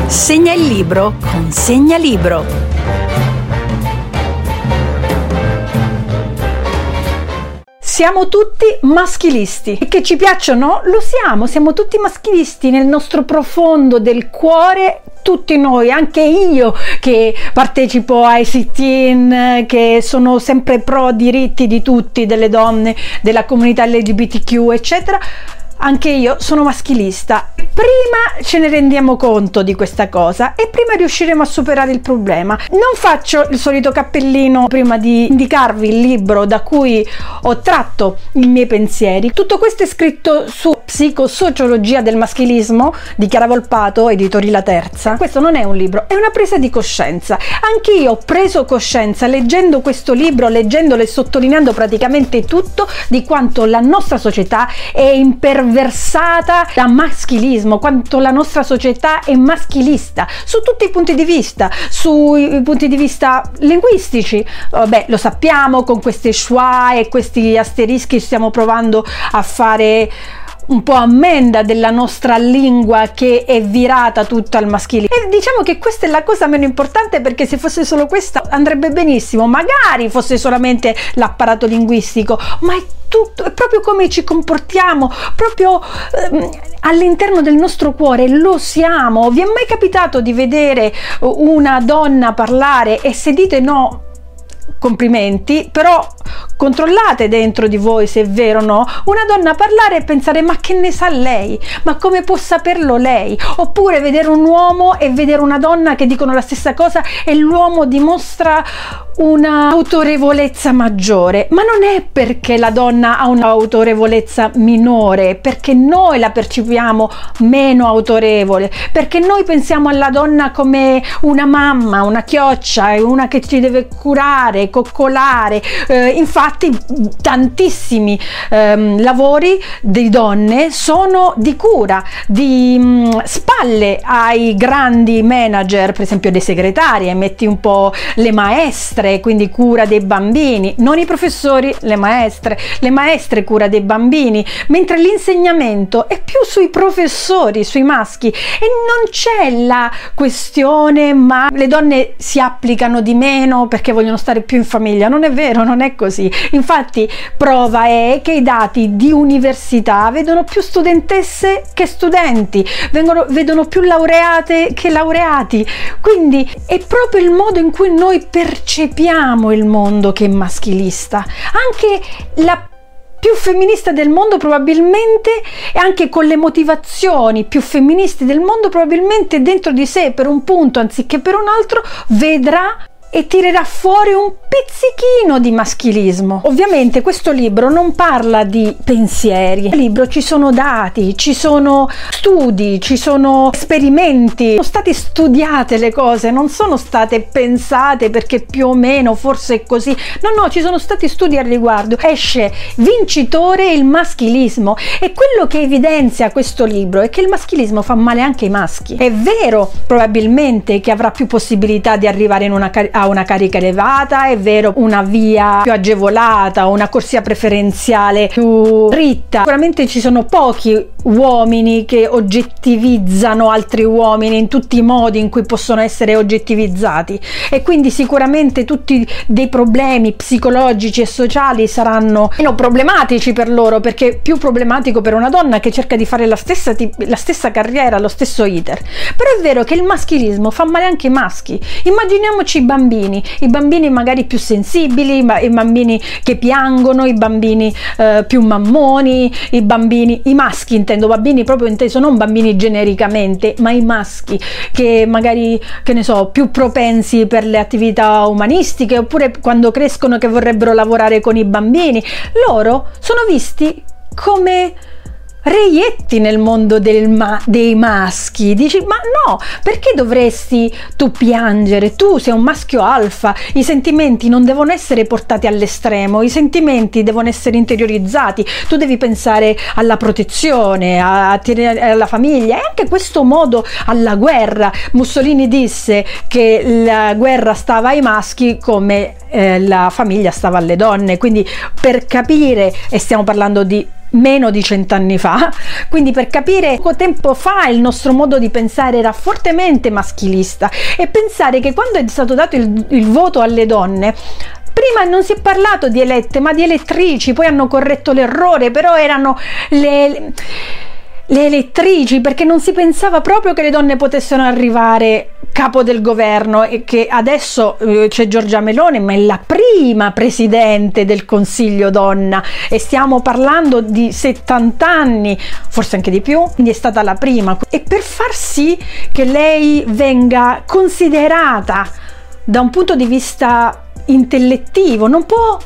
Segna il libro con Segnalibro. Siamo tutti maschilisti. Che ci piacciono? Lo siamo tutti maschilisti nel nostro profondo del cuore. Tutti noi, anche io che partecipo ai sit-in, che sono sempre pro diritti di tutti, delle donne, della comunità LGBTQ, eccetera. Anche io sono maschilista. Prima ce ne rendiamo conto di questa cosa e prima riusciremo a superare il problema. Non faccio il solito cappellino prima di indicarvi il libro da cui ho tratto i miei pensieri. Tutto questo è scritto su Psicosociologia del maschilismo di Chiara Volpato, editori La Terza. Questo non è un libro, è una presa di coscienza. Anche io ho preso coscienza leggendo questo libro, leggendolo e sottolineando praticamente tutto, di quanto la nostra società è imperversata da maschilismo, quanto la nostra società è maschilista su tutti i punti di vista, sui punti di vista linguistici. Vabbè, lo sappiamo, con queste schwa e questi asterischi stiamo provando a fare un po' ammenda della nostra lingua che è virata tutta al maschile, e diciamo che questa è la cosa meno importante, perché se fosse solo questa andrebbe benissimo, magari fosse solamente l'apparato linguistico, ma è tutto, è proprio come ci comportiamo, proprio all'interno del nostro cuore lo siamo. Vi è mai capitato di vedere una donna parlare e se dite no, complimenti, però controllate dentro di voi se è vero o no, una donna parlare e pensare ma che ne sa lei, ma come può saperlo lei? Oppure vedere un uomo e vedere una donna che dicono la stessa cosa e l'uomo dimostra una autorevolezza maggiore, ma non è perché la donna ha un'autorevolezza minore, perché noi la percepiamo meno autorevole, perché noi pensiamo alla donna come una mamma, una chioccia, una che ci deve curare, coccolare. Infatti tantissimi lavori di donne sono di cura, di spalle ai grandi manager, per esempio dei segretari, e metti un po' le maestre, quindi cura dei bambini, non i professori, le maestre cura dei bambini, mentre l'insegnamento è più sui professori, sui maschi, e non c'è la questione ma le donne si applicano di meno perché vogliono stare più in famiglia. Non è vero, non è così. Infatti prova è che i dati di università vedono più studentesse che studenti, vedono più laureate che laureati, quindi è proprio il modo in cui noi percepiamo il mondo che è maschilista. Anche la più femminista del mondo probabilmente, e anche con le motivazioni più femministe del mondo, probabilmente dentro di sé per un punto anziché per un altro vedrà e tirerà fuori un pizzichino di maschilismo. Ovviamente questo libro non parla di pensieri, nel libro ci sono dati, ci sono studi, ci sono esperimenti, sono state studiate le cose, non sono state pensate perché più o meno forse è così, no, ci sono stati studi al riguardo. Esce vincitore il maschilismo, e quello che evidenzia questo libro è che il maschilismo fa male anche ai maschi. È vero probabilmente che avrà più possibilità di arrivare a una carica elevata, è vero, una via più agevolata, una corsia preferenziale più ritta. Sicuramente ci sono pochi uomini che oggettivizzano altri uomini in tutti i modi in cui possono essere oggettivizzati, e quindi sicuramente tutti dei problemi psicologici e sociali saranno meno problematici per loro, perché è più problematico per una donna che cerca di fare la stessa carriera, lo stesso iter. Però è vero che il maschilismo fa male anche ai maschi. Immaginiamoci i bambini magari più sensibili, i bambini che piangono, i bambini più mammoni, i maschi, intendo bambini proprio inteso, non bambini genericamente, ma i maschi che magari, che ne so, più propensi per le attività umanistiche, oppure quando crescono che vorrebbero lavorare con i bambini, loro sono visti come reietti nel mondo dei maschi. Dici, ma no, perché dovresti tu piangere? Tu sei un maschio alfa, i sentimenti non devono essere portati all'estremo, i sentimenti devono essere interiorizzati, tu devi pensare alla protezione, alla famiglia, e anche questo modo alla guerra. Mussolini disse che la guerra stava ai maschi come la famiglia stava alle donne, quindi per capire, e stiamo parlando di meno di 100 anni fa, quindi per capire poco tempo fa il nostro modo di pensare era fortemente maschilista, e pensare che quando è stato dato il voto alle donne, prima non si è parlato di elette ma di elettrici, poi hanno corretto l'errore, però erano le elettrici, perché non si pensava proprio che le donne potessero arrivare capo del governo, e che adesso c'è Giorgia Meloni, ma è la prima presidente del Consiglio donna, e stiamo parlando di 70 anni, forse anche di più, quindi è stata la prima, e per far sì che lei venga considerata da un punto di vista intellettivo, non può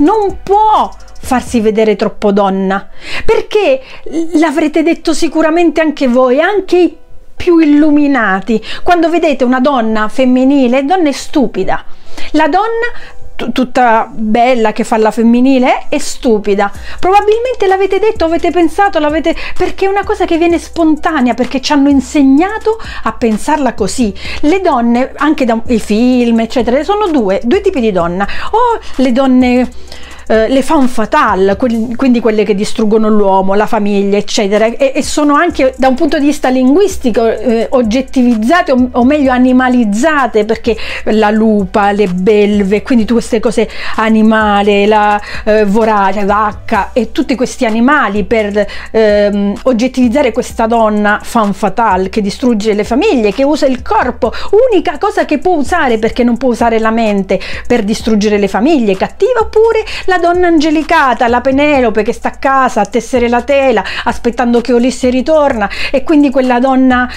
farsi vedere troppo donna, perché l'avrete detto sicuramente anche voi, anche i più illuminati, quando vedete una donna femminile, donna è stupida, la donna tutta bella che fa la femminile è stupida. Probabilmente l'avete detto, avete pensato, perché è una cosa che viene spontanea, perché ci hanno insegnato a pensarla così. Le donne, anche da i film eccetera, sono due tipi di donna, o le donne le femme fatale, quindi quelle che distruggono l'uomo, la famiglia eccetera, e sono anche da un punto di vista linguistico oggettivizzate, o meglio animalizzate, perché la lupa, le belve, quindi tutte queste cose animali, la vorace, vacca, e tutti questi animali, per oggettivizzare questa donna femme fatale che distrugge le famiglie, che usa il corpo, unica cosa che può usare, perché non può usare la mente, per distruggere le famiglie, cattiva. Oppure la donna angelicata, la Penelope, che sta a casa a tessere la tela aspettando che Ulisse ritorna, e quindi quella donna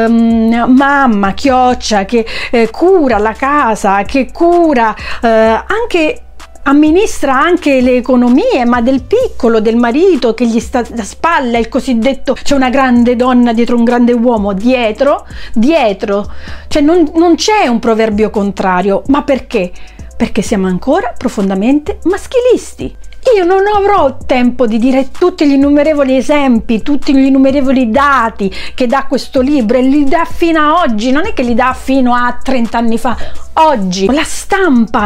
mamma, chioccia, che cura la casa, che cura anche amministra anche le economie, ma del piccolo, del marito che gli sta a spalla, il cosiddetto, c'è una grande donna dietro un grande uomo, dietro, cioè non c'è un proverbio contrario. Ma perché? Perché siamo ancora profondamente maschilisti. Io non avrò tempo di dire tutti gli innumerevoli esempi, tutti gli innumerevoli dati che dà questo libro, e li dà fino a oggi, non è che li dà fino a 30 anni fa, oggi. La stampa,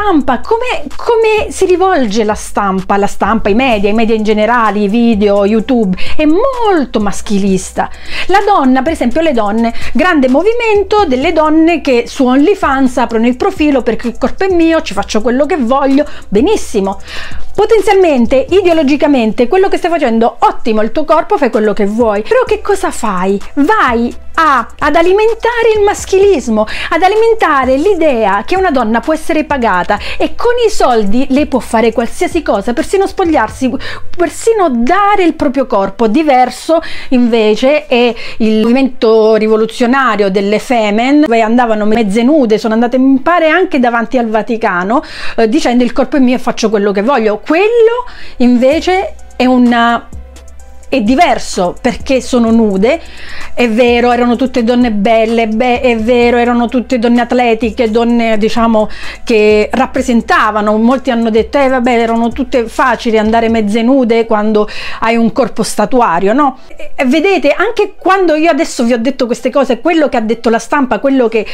come si rivolge la stampa, i media in generale, i video, YouTube, è molto maschilista. La donna, per esempio le donne, grande movimento delle donne che su OnlyFans aprono il profilo perché il corpo è mio, ci faccio quello che voglio, benissimo. Potenzialmente, ideologicamente, quello che stai facendo, ottimo, il tuo corpo, fai quello che vuoi, però che cosa fai? Vai ad alimentare il maschilismo, ad alimentare l'idea che una donna può essere pagata e con i soldi lei può fare qualsiasi cosa, persino spogliarsi, persino dare il proprio corpo. Diverso invece è il movimento rivoluzionario delle Femen, dove andavano mezze nude, sono andate mi pare anche davanti al Vaticano, dicendo il corpo è mio e faccio quello che voglio. Quello invece è diverso, perché sono nude, è vero, erano tutte donne belle, è vero, erano tutte donne atletiche, donne diciamo che rappresentavano, molti hanno detto vabbè, erano tutte facili andare mezze nude quando hai un corpo statuario, no? E vedete, anche quando io adesso vi ho detto queste cose, quello che ha detto la stampa, quello che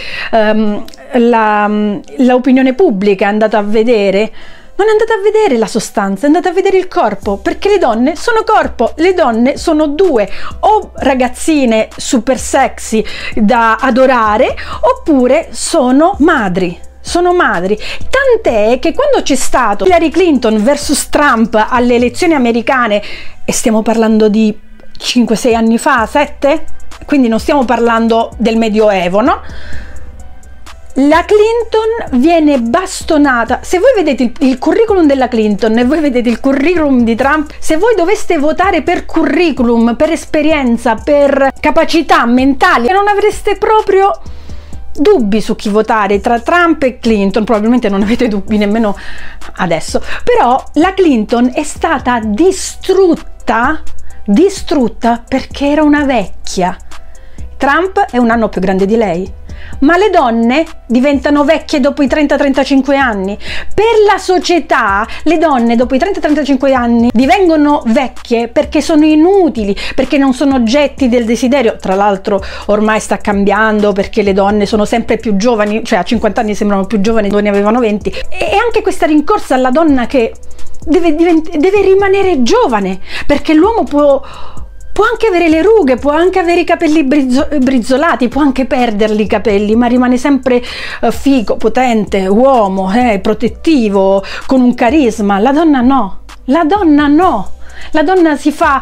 l'opinione pubblica è andata a vedere, non è andata a vedere la sostanza, è andata a vedere il corpo, perché le donne sono corpo, le donne sono due, o ragazzine super sexy da adorare, oppure sono madri. Tant'è che quando c'è stato Hillary Clinton versus Trump alle elezioni americane, e stiamo parlando di 5-6 anni fa, 7? Quindi non stiamo parlando del Medioevo, no? La Clinton viene bastonata. Se voi vedete il curriculum della Clinton e voi vedete il curriculum di Trump, se voi doveste votare per curriculum, per esperienza, per capacità mentali, non avreste proprio dubbi su chi votare tra Trump e Clinton. Probabilmente non avete dubbi nemmeno adesso, però la Clinton è stata distrutta perché era una vecchia. Trump è un anno più grande di lei, ma le donne diventano vecchie dopo i 30-35 anni. Per la società le donne dopo i 30-35 anni divengono vecchie perché sono inutili, perché non sono oggetti del desiderio. Tra l'altro ormai sta cambiando, perché le donne sono sempre più giovani, cioè a 50 anni sembrano più giovani quando ne avevano 20, e anche questa rincorsa alla donna che deve rimanere giovane, perché l'uomo può anche avere le rughe, può anche avere i capelli brizzolati, può anche perderli i capelli, ma rimane sempre figo, potente, uomo, protettivo, con un carisma. La donna no, la donna no. La donna si fa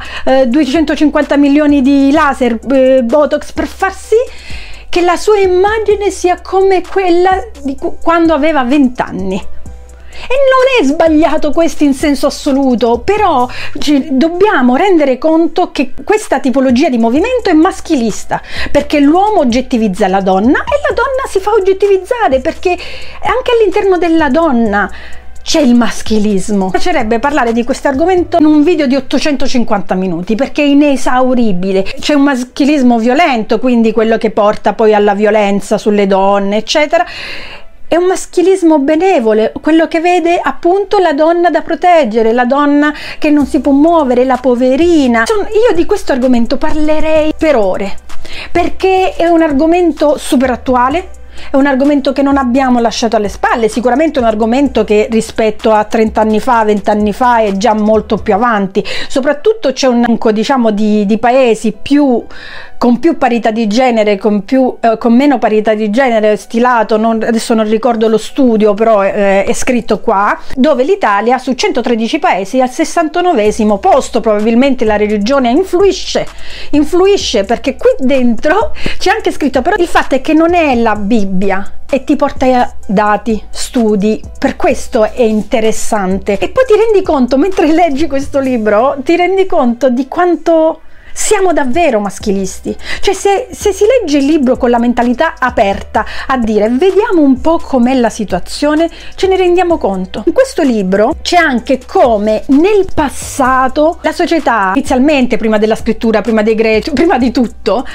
250 milioni di laser, botox, per far sì che la sua immagine sia come quella di quando aveva 20 anni. E non è sbagliato questo in senso assoluto, però dobbiamo rendere conto che questa tipologia di movimento è maschilista, perché l'uomo oggettivizza la donna e la donna si fa oggettivizzare, perché anche all'interno della donna c'è il maschilismo. Mi piacerebbe parlare di questo argomento in un video di 850 minuti, perché è inesauribile. C'è un maschilismo violento, quindi quello che porta poi alla violenza sulle donne, eccetera. È un maschilismo benevole, quello che vede appunto la donna da proteggere, la donna che non si può muovere, la poverina. Io di questo argomento parlerei per ore, perché è un argomento super attuale, è un argomento che non abbiamo lasciato alle spalle, sicuramente è un argomento che rispetto a 30 anni fa, 20 anni fa è già molto più avanti. Soprattutto c'è un elenco, diciamo, di paesi con più parità di genere, con meno parità di genere stilato, adesso non ricordo lo studio, però è scritto qua, dove l'Italia su 113 paesi è al 69esimo posto. Probabilmente la religione influisce, perché qui dentro c'è anche scritto, però il fatto è che non è la Bibbia e ti porta dati, studi, per questo è interessante. E poi ti rendi conto, mentre leggi questo libro, ti rendi conto di quanto siamo davvero maschilisti. Cioè, se si legge il libro con la mentalità aperta a dire vediamo un po' com'è la situazione, ce ne rendiamo conto. In questo libro c'è anche come nel passato la società, inizialmente prima della scrittura, prima dei greci, prima di tutto,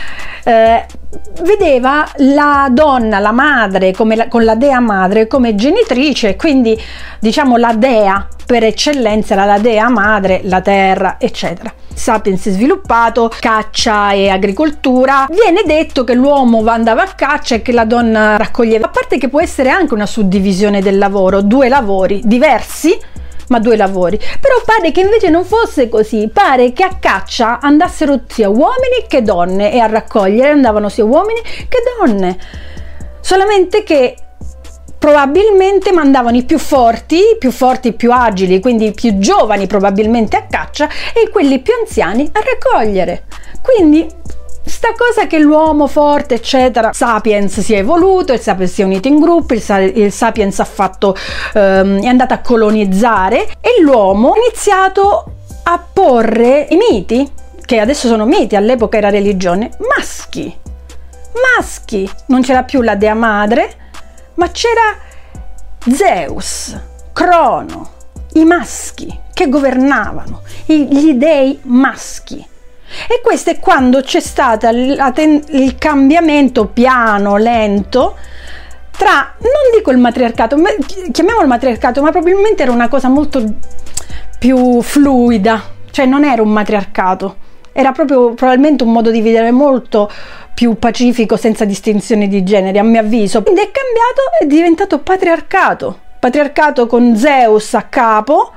vedeva la donna, la madre, con la dea madre come genitrice, quindi diciamo la dea per eccellenza era la dea madre, la terra, eccetera. Sapiens è sviluppato, caccia e agricoltura. Viene detto che l'uomo andava a caccia e che la donna raccoglieva, a parte che può essere anche una suddivisione del lavoro, 2 lavori diversi, ma 2 lavori. Però pare che invece non fosse così, pare che a caccia andassero sia uomini che donne e a raccogliere andavano sia uomini che donne, solamente che probabilmente mandavano i più forti, più agili, quindi i più giovani probabilmente a caccia e quelli più anziani a raccogliere. Quindi sta cosa che l'uomo forte eccetera, Sapiens si è evoluto, il Sapiens si è unito in gruppo, il Sapiens è andato a colonizzare e l'uomo ha iniziato a porre i miti, che adesso sono miti, all'epoca era religione, maschi. Non c'era più la dea madre, ma c'era Zeus, Crono, i maschi che governavano, gli dei maschi. E questo è quando c'è stato il cambiamento piano, lento, tra, non dico il matriarcato, chiamiamolo matriarcato, ma probabilmente era una cosa molto più fluida, cioè non era un matriarcato, era proprio probabilmente un modo di vedere molto più pacifico, senza distinzione di genere, a mio avviso. Quindi è cambiato, è diventato patriarcato con Zeus a capo.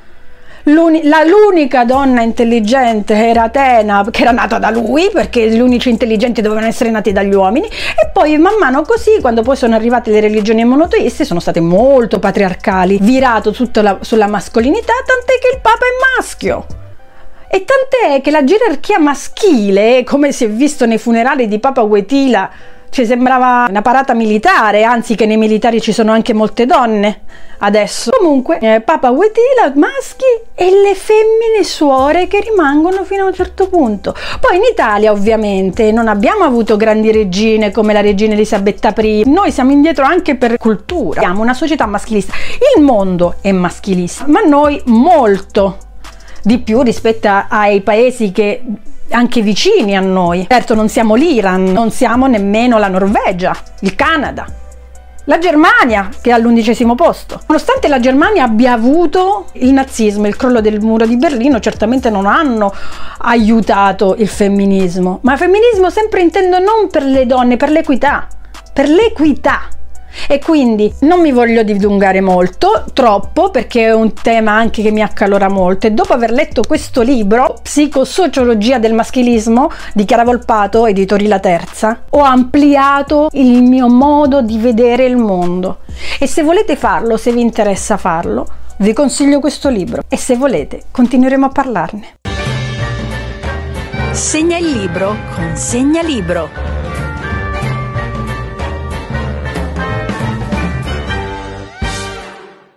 L'unica donna intelligente era Atena, che era nata da lui, perché gli unici intelligenti dovevano essere nati dagli uomini, e poi man mano così, quando poi sono arrivate le religioni monoteiste, sono state molto patriarcali, virato tutto sulla mascolinità, tant'è che il Papa è maschio. E tant'è che la gerarchia maschile, come si è visto nei funerali di Papa Wojtyla, cioè sembrava una parata militare, anzi che nei militari ci sono anche molte donne adesso. Comunque Papa Wojtyla maschi e le femmine suore che rimangono fino a un certo punto. Poi in Italia ovviamente non abbiamo avuto grandi regine come la regina Elisabetta I, noi siamo indietro anche per cultura, siamo una società maschilista, il mondo è maschilista, ma noi molto di più rispetto ai paesi che anche vicini a noi. Certo non siamo l'Iran, non siamo nemmeno la Norvegia, il Canada, la Germania che è all'11° posto. Nonostante la Germania abbia avuto il nazismo, il crollo del muro di Berlino, certamente non hanno aiutato il femminismo, ma femminismo sempre intendo non per le donne, per l'equità. E quindi non mi voglio dilungare troppo, perché è un tema anche che mi accalora molto, e dopo aver letto questo libro, Psicosociologia del maschilismo di Chiara Volpato, editori La Terza, ho ampliato il mio modo di vedere il mondo. E se volete farlo, se vi interessa farlo, vi consiglio questo libro, e se volete continueremo a parlarne. Segna il libro con Segna Libro.